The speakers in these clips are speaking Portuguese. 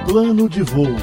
Plano de Voo,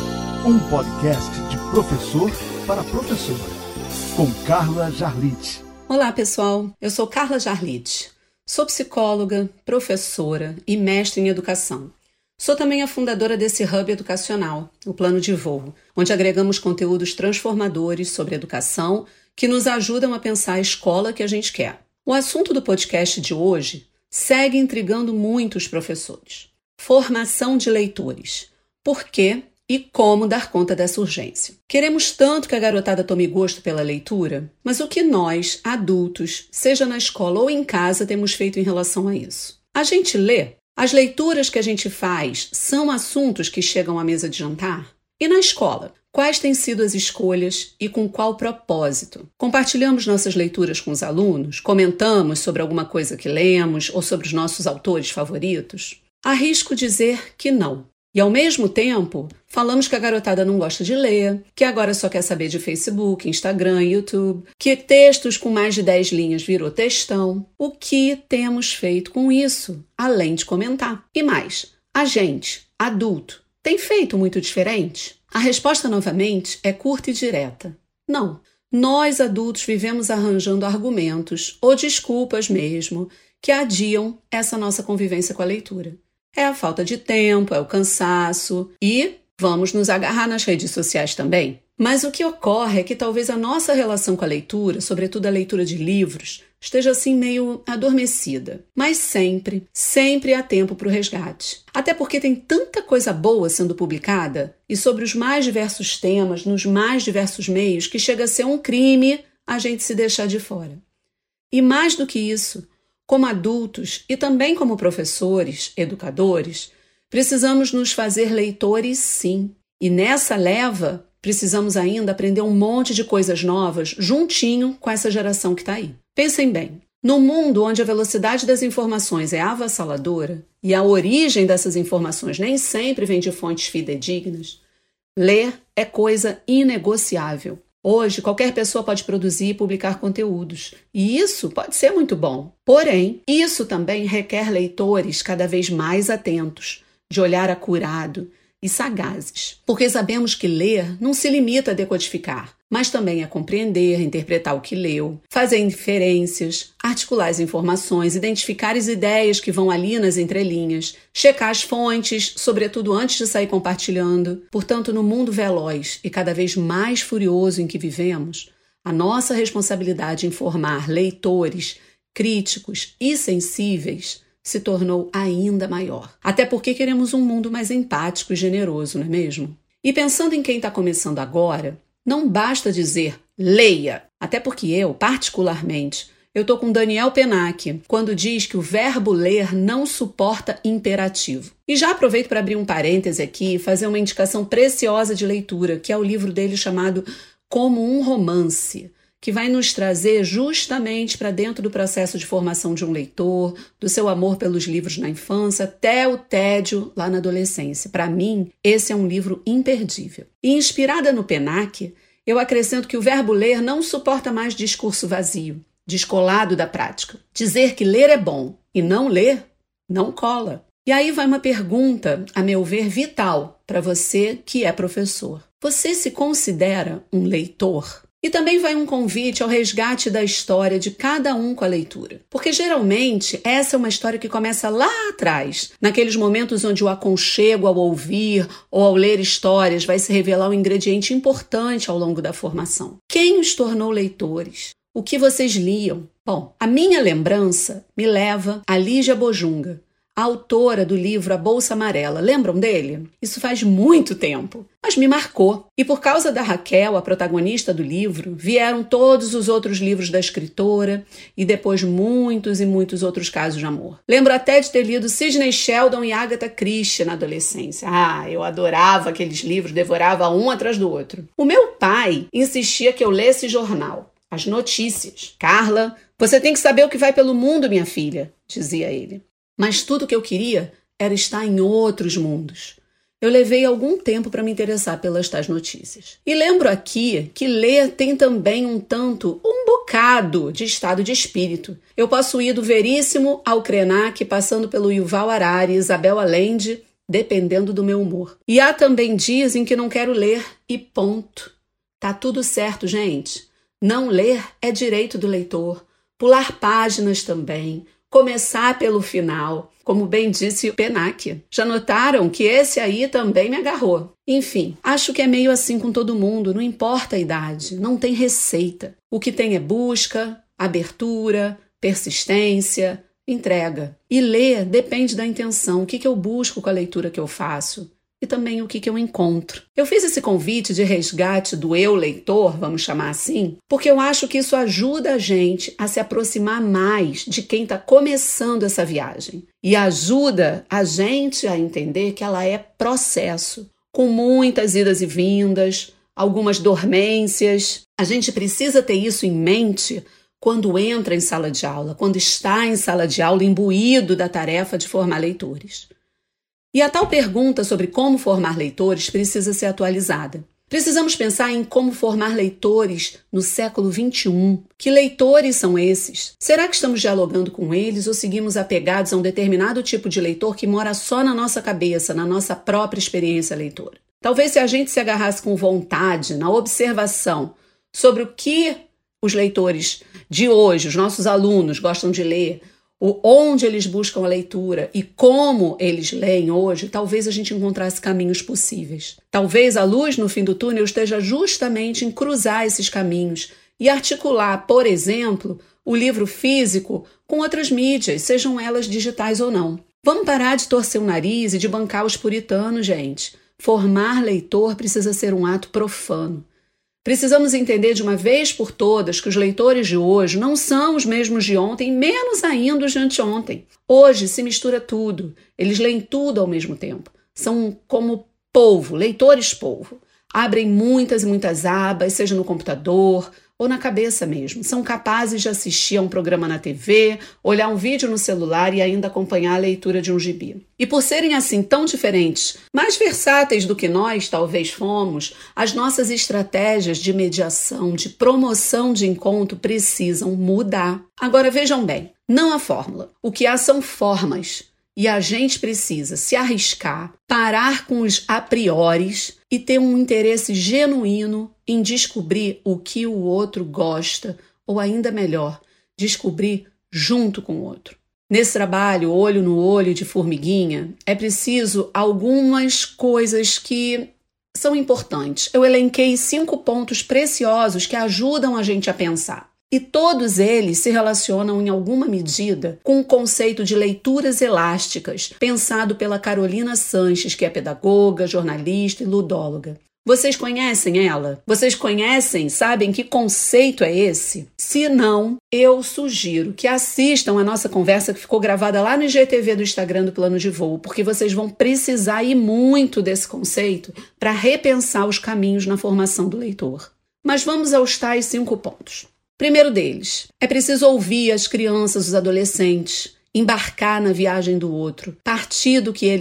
um podcast de professor para professor, com Carla Jarlitz. Olá, pessoal. Eu sou Carla Jarlitz. Sou psicóloga, professora e mestre em educação. Sou também a fundadora desse hub educacional, o Plano de Voo, onde agregamos conteúdos transformadores sobre educação que nos ajudam a pensar a escola que a gente quer. O assunto do podcast de hoje segue intrigando muitos professores. Formação de leitores. Por quê e como dar conta dessa urgência? Queremos tanto que a garotada tome gosto pela leitura, mas o que nós, adultos, seja na escola ou em casa, temos feito em relação a isso? A gente lê? As leituras que a gente faz são assuntos que chegam à mesa de jantar? E na escola? Quais têm sido as escolhas e com qual propósito? Compartilhamos nossas leituras com os alunos? Comentamos sobre alguma coisa que lemos ou sobre os nossos autores favoritos? Arrisco dizer que não. E, ao mesmo tempo, falamos que a garotada não gosta de ler, que agora só quer saber de Facebook, Instagram, YouTube, que textos com mais de 10 linhas virou textão. O que temos feito com isso, além de comentar? E mais, a gente, adulto, tem feito muito diferente? A resposta, novamente, é curta e direta. Não. Nós, adultos, vivemos arranjando argumentos, ou desculpas mesmo, que adiam essa nossa convivência com a leitura. É a falta de tempo, é o cansaço e vamos nos agarrar nas redes sociais também. Mas o que ocorre é que talvez a nossa relação com a leitura, sobretudo a leitura de livros, esteja assim meio adormecida. Mas sempre há tempo para o resgate. Até porque tem tanta coisa boa sendo publicada e sobre os mais diversos temas, nos mais diversos meios, que chega a ser um crime a gente se deixar de fora. E mais do que isso, como adultos e também como professores, educadores, precisamos nos fazer leitores sim. E nessa leva, precisamos ainda aprender um monte de coisas novas juntinho com essa geração que está aí. Pensem bem, num mundo onde a velocidade das informações é avassaladora e a origem dessas informações nem sempre vem de fontes fidedignas, ler é coisa inegociável. Hoje, qualquer pessoa pode produzir e publicar conteúdos, e isso pode ser muito bom. Porém, isso também requer leitores cada vez mais atentos, de olhar acurado e sagazes. Porque sabemos que ler não se limita a decodificar, mas também a compreender, interpretar o que leu, fazer inferências, articular as informações, identificar as ideias que vão ali nas entrelinhas, checar as fontes, sobretudo antes de sair compartilhando. Portanto, no mundo veloz e cada vez mais furioso em que vivemos, a nossa responsabilidade em formar leitores críticos e sensíveis se tornou ainda maior. Até porque queremos um mundo mais empático e generoso, não é mesmo? E pensando em quem está começando agora, não basta dizer leia, até porque eu, particularmente, estou com Daniel Pennac quando diz que o verbo ler não suporta imperativo. E já aproveito para abrir um parêntese aqui e fazer uma indicação preciosa de leitura, que é o livro dele chamado Como um Romance, que vai nos trazer justamente para dentro do processo de formação de um leitor, do seu amor pelos livros na infância, até o tédio lá na adolescência. Para mim, esse é um livro imperdível. E inspirada no Pennac, eu acrescento que o verbo ler não suporta mais discurso vazio, descolado da prática. Dizer que ler é bom e não ler, não cola. E aí vai uma pergunta, a meu ver, vital para você que é professor. Você se considera um leitor? E também vai um convite ao resgate da história de cada um com a leitura. Porque geralmente essa é uma história que começa lá atrás, naqueles momentos onde o aconchego ao ouvir ou ao ler histórias vai se revelar um ingrediente importante ao longo da formação. Quem os tornou leitores? O que vocês liam? Bom, a minha lembrança me leva a Lígia Bojunga, a autora do livro A Bolsa Amarela. Lembram dele? Isso faz muito tempo, mas me marcou. E por causa da Raquel, a protagonista do livro, vieram todos os outros livros da escritora e depois muitos e muitos outros casos de amor. Lembro até de ter lido Sidney Sheldon e Agatha Christie na adolescência. Eu adorava aqueles livros, devorava um atrás do outro. O meu pai insistia que eu lesse jornal, as notícias. Carla, você tem que saber o que vai pelo mundo, minha filha, dizia ele. Mas tudo o que eu queria era estar em outros mundos. Eu levei algum tempo para me interessar pelas tais notícias. E lembro aqui que ler tem também um bocado de estado de espírito. Eu posso ir do Veríssimo ao Krenak, passando pelo Yuval Harari, Isabel Allende dependendo do meu humor. E há também dias em que não quero ler e ponto. Tá tudo certo, gente. Não ler é direito do leitor. Pular páginas também. Começar pelo final. Como bem disse o Penac. Já notaram que esse aí também me agarrou? Enfim, acho que é meio assim com todo mundo. Não importa a idade. Não tem receita. O que tem é busca, abertura, persistência, entrega. E ler depende da intenção. O que eu busco com a leitura que eu faço? E também o que eu encontro. Eu fiz esse convite de resgate do eu leitor, vamos chamar assim, porque eu acho que isso ajuda a gente a se aproximar mais de quem está começando essa viagem. E ajuda a gente a entender que ela é processo, com muitas idas e vindas, algumas dormências. A gente precisa ter isso em mente quando entra em sala de aula, quando está em sala de aula imbuído da tarefa de formar leitores. E a tal pergunta sobre como formar leitores precisa ser atualizada. Precisamos pensar em como formar leitores no século XXI. Que leitores são esses? Será que estamos dialogando com eles ou seguimos apegados a um determinado tipo de leitor que mora só na nossa cabeça, na nossa própria experiência leitora? Talvez se a gente se agarrasse com vontade na observação sobre o que os leitores de hoje, os nossos alunos, gostam de ler, onde eles buscam a leitura e como eles leem hoje, talvez a gente encontrasse caminhos possíveis. Talvez a luz no fim do túnel esteja justamente em cruzar esses caminhos e articular, por exemplo, o livro físico com outras mídias, sejam elas digitais ou não. Vamos parar de torcer o nariz e de bancar os puritanos, gente. Formar leitor precisa ser um ato profano. Precisamos entender de uma vez por todas que os leitores de hoje não são os mesmos de ontem, menos ainda os de anteontem. Hoje se mistura tudo, eles leem tudo ao mesmo tempo. São como polvo, leitores polvo. Abrem muitas e muitas abas, seja no computador ou na cabeça mesmo. São capazes de assistir a um programa na TV, olhar um vídeo no celular e ainda acompanhar a leitura de um gibi. E por serem assim tão diferentes, mais versáteis do que nós talvez fomos, as nossas estratégias de mediação, de promoção de encontro precisam mudar. Agora vejam bem, não há fórmula. O que há são formas. E a gente precisa se arriscar, parar com os a prioris e ter um interesse genuíno em descobrir o que o outro gosta, ou ainda melhor, descobrir junto com o outro. Nesse trabalho, olho no olho de formiguinha, é preciso algumas coisas que são importantes. Eu elenquei 5 pontos preciosos que ajudam a gente a pensar. E todos eles se relacionam em alguma medida com o conceito de leituras elásticas, pensado pela Carolina Sanches, que é pedagoga, jornalista e ludóloga. Vocês conhecem ela? Vocês conhecem? Sabem que conceito é esse? Se não, eu sugiro que assistam a nossa conversa que ficou gravada lá no IGTV do Instagram do Plano de Voo, porque vocês vão precisar ir muito desse conceito para repensar os caminhos na formação do leitor. Mas vamos aos tais 5 pontos. Primeiro deles, é preciso ouvir as crianças, os adolescentes, embarcar na viagem do outro, partir do que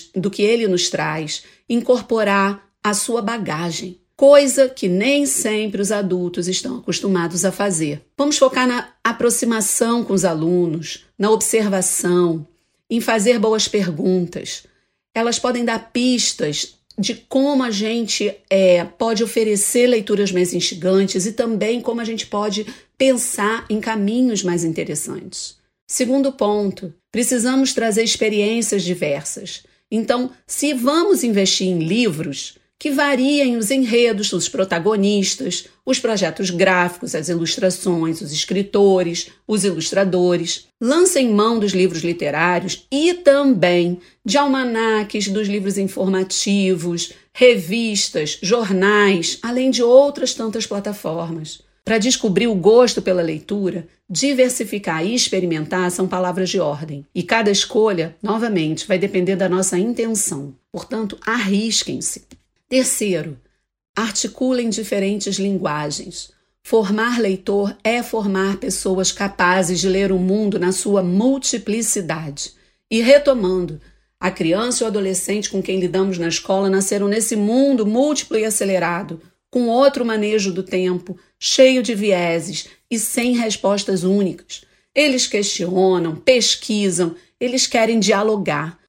ele nos traz, incorporar a sua bagagem, coisa que nem sempre os adultos estão acostumados a fazer. Vamos focar na aproximação com os alunos, na observação, em fazer boas perguntas. Elas podem dar pistas de como a gente pode oferecer leituras mais instigantes e também como a gente pode pensar em caminhos mais interessantes. Segundo ponto, precisamos trazer experiências diversas. Então, se vamos investir em livros, que variem os enredos, os protagonistas, os projetos gráficos, as ilustrações, os escritores, os ilustradores. Lancem mão dos livros literários e também de almanaques, dos livros informativos, revistas, jornais, além de outras tantas plataformas. Para descobrir o gosto pela leitura, diversificar e experimentar são palavras de ordem. E cada escolha, novamente, vai depender da nossa intenção. Portanto, arrisquem-se. Terceiro, articulem diferentes linguagens. Formar leitor é formar pessoas capazes de ler o mundo na sua multiplicidade. E retomando, a criança e o adolescente com quem lidamos na escola nasceram nesse mundo múltiplo e acelerado, com outro manejo do tempo, cheio de vieses e sem respostas únicas. Eles questionam, pesquisam, eles querem dialogar.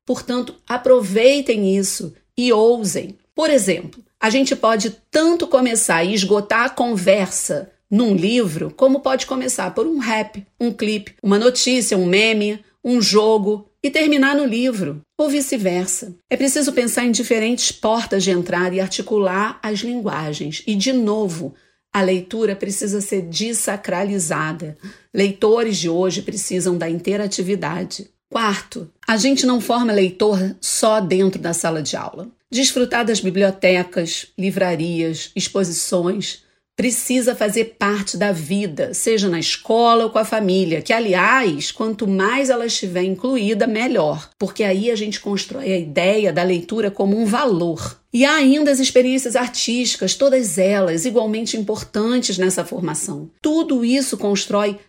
Portanto, aproveitem isso e ousem. Por exemplo, a gente pode tanto começar e esgotar a conversa num livro, como pode começar por um rap, um clipe, uma notícia, um meme, um jogo e terminar no livro, ou vice-versa. É preciso pensar em diferentes portas de entrada e articular as linguagens. E, de novo, a leitura precisa ser desacralizada. Leitores de hoje precisam da interatividade. Quarto, a gente não forma leitor só dentro da sala de aula. Desfrutar das bibliotecas, livrarias, exposições precisa fazer parte da vida, seja na escola ou com a família, que, aliás, quanto mais ela estiver incluída, melhor, porque aí a gente constrói a ideia da leitura como um valor. E há ainda as experiências artísticas, todas elas igualmente importantes nessa formação. Tudo isso constrói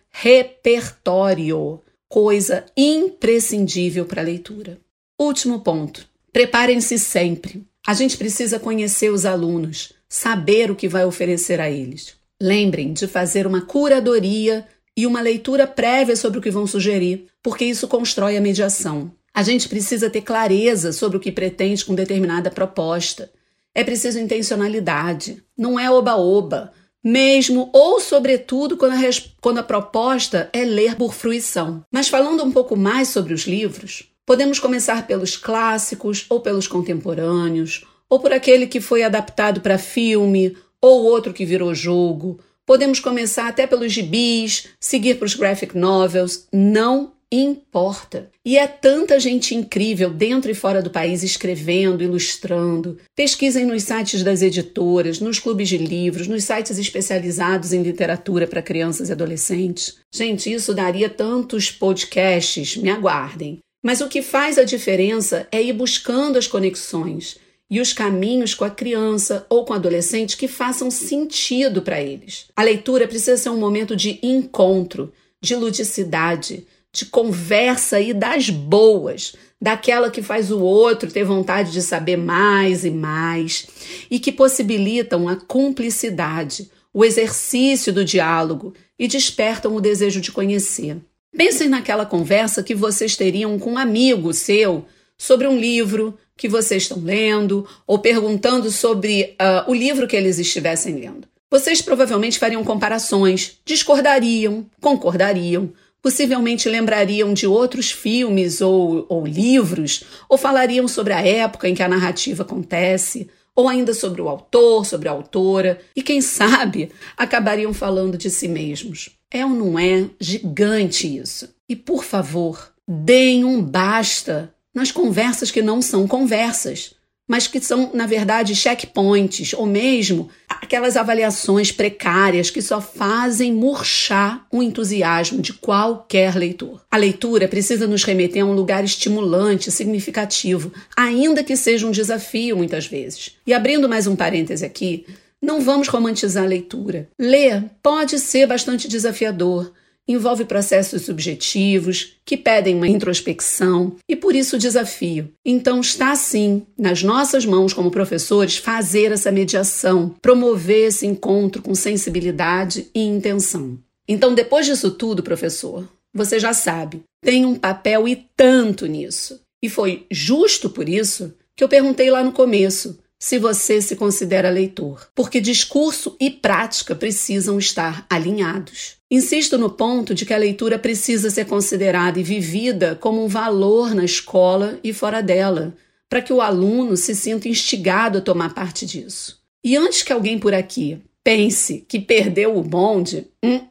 repertório, coisa imprescindível para a leitura. Último ponto. Preparem-se sempre. A gente precisa conhecer os alunos, saber o que vai oferecer a eles. Lembrem de fazer uma curadoria e uma leitura prévia sobre o que vão sugerir, porque isso constrói a mediação. A gente precisa ter clareza sobre o que pretende com determinada proposta. É preciso intencionalidade, não é oba-oba, mesmo ou sobretudo quando a proposta é ler por fruição. Mas falando um pouco mais sobre os livros, podemos começar pelos clássicos ou pelos contemporâneos, ou por aquele que foi adaptado para filme, ou outro que virou jogo. Podemos começar até pelos gibis, seguir para os graphic novels, não importa. E é tanta gente incrível dentro e fora do país escrevendo, ilustrando. Pesquisem nos sites das editoras, nos clubes de livros, nos sites especializados em literatura para crianças e adolescentes. Gente, isso daria tantos podcasts, me aguardem. Mas o que faz a diferença é ir buscando as conexões e os caminhos com a criança ou com o adolescente que façam sentido para eles. A leitura precisa ser um momento de encontro, de ludicidade, de conversa e das boas, daquela que faz o outro ter vontade de saber mais e mais e que possibilitam a cumplicidade, o exercício do diálogo e despertam o desejo de conhecer. Pensem naquela conversa que vocês teriam com um amigo seu sobre um livro que vocês estão lendo ou perguntando sobre o livro que eles estivessem lendo. Vocês provavelmente fariam comparações, discordariam, concordariam, possivelmente lembrariam de outros filmes ou livros, ou falariam sobre a época em que a narrativa acontece, ou ainda sobre o autor, sobre a autora, e quem sabe acabariam falando de si mesmos. É ou não é gigante isso? E, por favor, deem um basta nas conversas que não são conversas, mas que são, na verdade, checkpoints, ou mesmo aquelas avaliações precárias que só fazem murchar o entusiasmo de qualquer leitor. A leitura precisa nos remeter a um lugar estimulante, significativo, ainda que seja um desafio muitas vezes. E abrindo mais um parêntese aqui, não vamos romantizar a leitura. Ler pode ser bastante desafiador, envolve processos subjetivos que pedem uma introspecção e por isso o desafio. Então está sim nas nossas mãos como professores fazer essa mediação, promover esse encontro com sensibilidade e intenção. Então depois disso tudo, professor, você já sabe, tem um papel e tanto nisso. E foi justo por isso que eu perguntei lá no começo se você se considera leitor, porque discurso e prática precisam estar alinhados. Insisto no ponto de que a leitura precisa ser considerada e vivida como um valor na escola e fora dela, para que o aluno se sinta instigado a tomar parte disso. E antes que alguém por aqui pense que perdeu o bonde,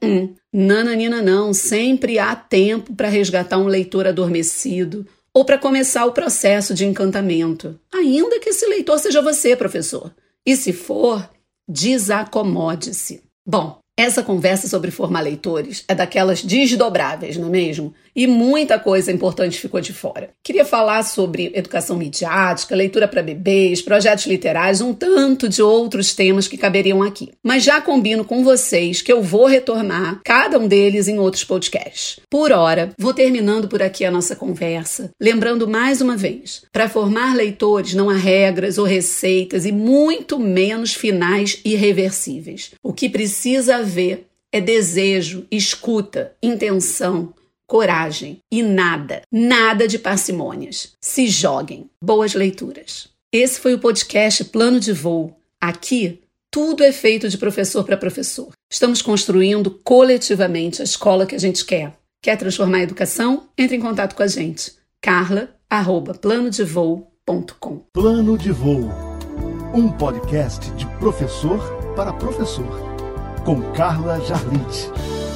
nananina não, sempre há tempo para resgatar um leitor adormecido, ou para começar o processo de encantamento, ainda que esse leitor seja você, professor. E se for, desacomode-se. Bom, essa conversa sobre formar leitores é daquelas desdobráveis, não é mesmo? E muita coisa importante ficou de fora. Queria falar sobre educação midiática, leitura para bebês, projetos literários, um tanto de outros temas que caberiam aqui. Mas já combino com vocês que eu vou retornar cada um deles em outros podcasts. Por hora, vou terminando por aqui a nossa conversa, lembrando mais uma vez, para formar leitores não há regras ou receitas e muito menos finais irreversíveis. O que precisa haver é desejo, escuta, intenção, coragem e nada de parcimônias. Se joguem. Boas leituras. Esse foi o podcast Plano de Voo. Aqui, tudo é feito de professor para professor. Estamos construindo coletivamente a escola que a gente quer. Quer transformar a educação? Entre em contato com a gente. carla@planodevoo.com. Plano de Voo, um podcast de professor para professor, com Carla Jarlite.